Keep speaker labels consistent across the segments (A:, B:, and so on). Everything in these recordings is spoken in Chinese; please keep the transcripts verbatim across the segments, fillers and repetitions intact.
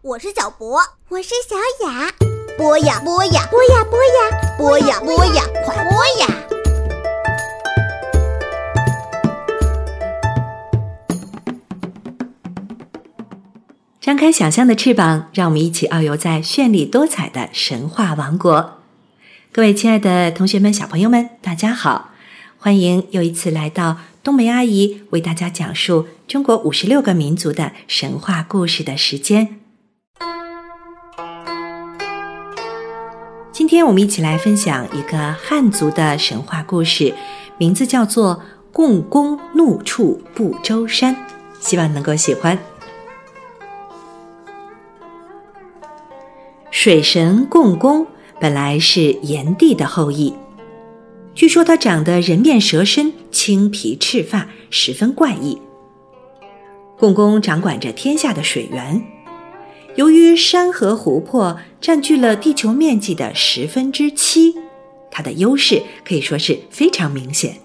A: 我是小博，
B: 我是小雅。
A: 播呀播呀
B: 播呀播呀
A: 播呀播呀，快播呀！
C: 张开想象的翅膀，让我们一起遨游在绚丽多彩的神话王国。各位亲爱的同学们、小朋友们，大家好，欢迎又一次来到冬梅阿姨为大家讲述中国五十六个民族的神话故事的时间。今天我们一起来分享一个汉族的神话故事，名字叫做共工怒触不周山，希望能够喜欢。水神共工本来是炎帝的后裔，据说他长得人面蛇身，青皮赤发，十分怪异。共工掌管着天下的水源，由于山河湖泊占据了地球面积的十分之七，他的优势可以说是非常明显。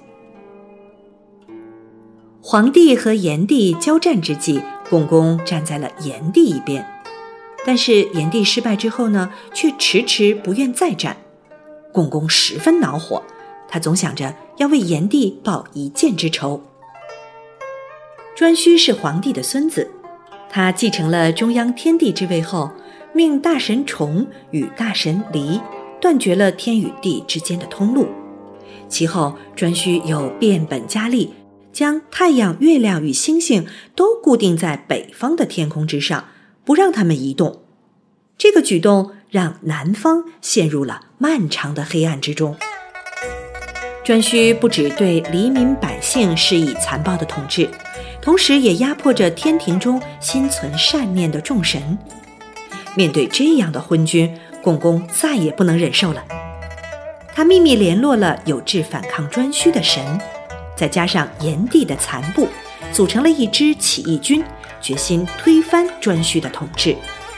C: 黄帝和炎帝交战之际，共工站在了炎帝一边，但是炎帝失败之后呢，却迟迟不愿再战。共工十分恼火，他总想着要为炎帝报一箭之仇。颛顼是黄帝的孙子，他继承了中央天帝之位后，命大神崇与大神离断绝了天与地之间的通路。其后颛顼又变本加厉，将太阳、月亮与星星都固定在北方的天空之上，不让他们移动。这个举动让南方陷入了漫长的黑暗之中。颛顼不只对黎民百姓施以残暴的统治，同时也压迫着天庭中心存善念的众神。面对这样的昏君，共工再也不能忍受了。他秘密联络了有志反抗颛顼的神，再加上炎帝的残部，组成了一支起义军，决心推翻颛顼的统治。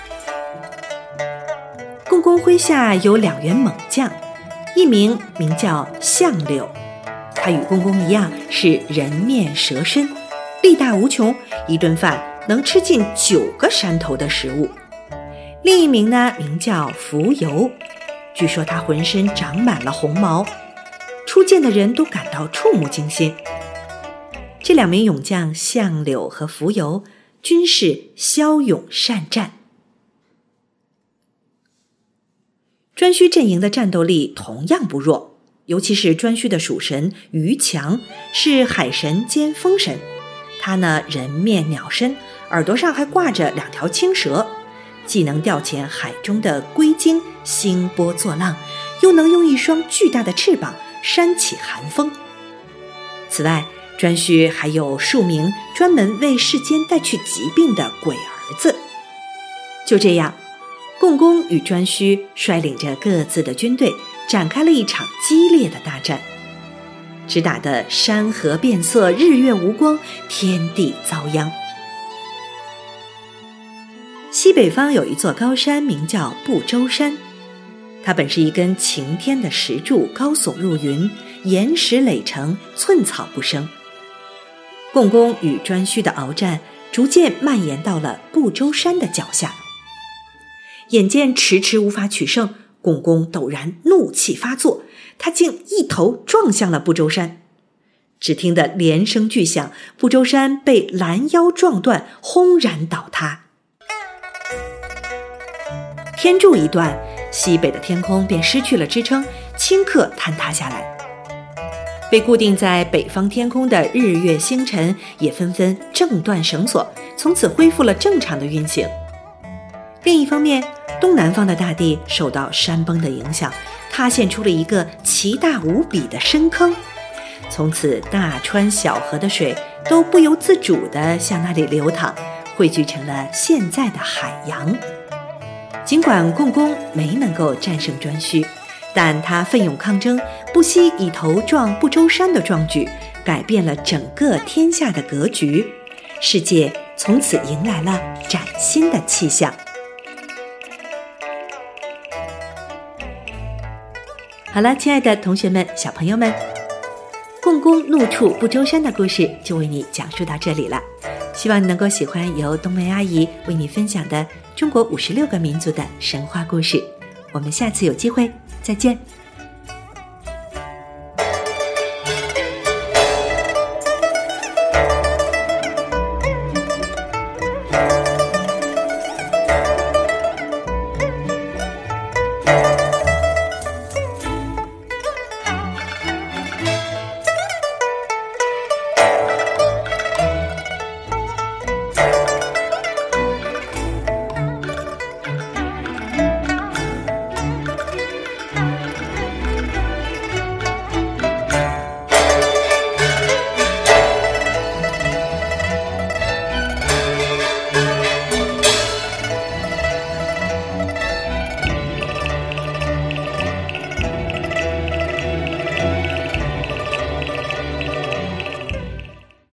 C: 共工麾下有两员猛将，一名名叫相柳，他与共工一样是人面蛇身，力大无穷，一顿饭能吃进九个山头的食物。另一名呢，名叫蜉蝣，据说他浑身长满了红毛，初见的人都感到触目惊心。这两名勇将相柳和蜉蝣均是骁勇善战。颛顼阵营的战斗力同样不弱，尤其是颛顼的属神于强，是海神兼风神。他呢，人面鸟身，耳朵上还挂着两条青蛇，既能调遣海中的龟鲸兴波作浪，又能用一双巨大的翅膀扇起寒风。此外，颛顼还有数名专门为世间带去疾病的鬼儿子。就这样，共工与颛顼率领着各自的军队，展开了一场激烈的大战，只打得山河变色，日月无光，天地遭殃。西北方有一座高山，名叫不周山，它本是一根擎天的石柱，高耸入云，岩石垒成，寸草不生。共工与颛顼的鏖战逐渐蔓延到了不周山的脚下。眼见迟迟无法取胜，共工陡然怒气发作，他竟一头撞向了不周山。只听得连声巨响，不周山被拦腰撞断，轰然倒塌。天柱一断，西北的天空便失去了支撑，顷刻坍塌下来。被固定在北方天空的日月星辰也纷纷挣断绳索，从此恢复了正常的运行。另一方面，东南方的大地受到山崩的影响，塌陷出了一个奇大无比的深坑，从此大川小河的水都不由自主地向那里流淌，汇聚成了现在的海洋。尽管共工没能够战胜颛顼，但他奋勇抗争，不惜以头撞不周山的壮举，改变了整个天下的格局，世界从此迎来了崭新的气象。好了，亲爱的同学们、小朋友们，共工怒触不周山的故事就为你讲述到这里了。 希望你能够喜欢由冬梅阿姨为你分享的中国五十六个民族的神话故事。我们下次有机会再见。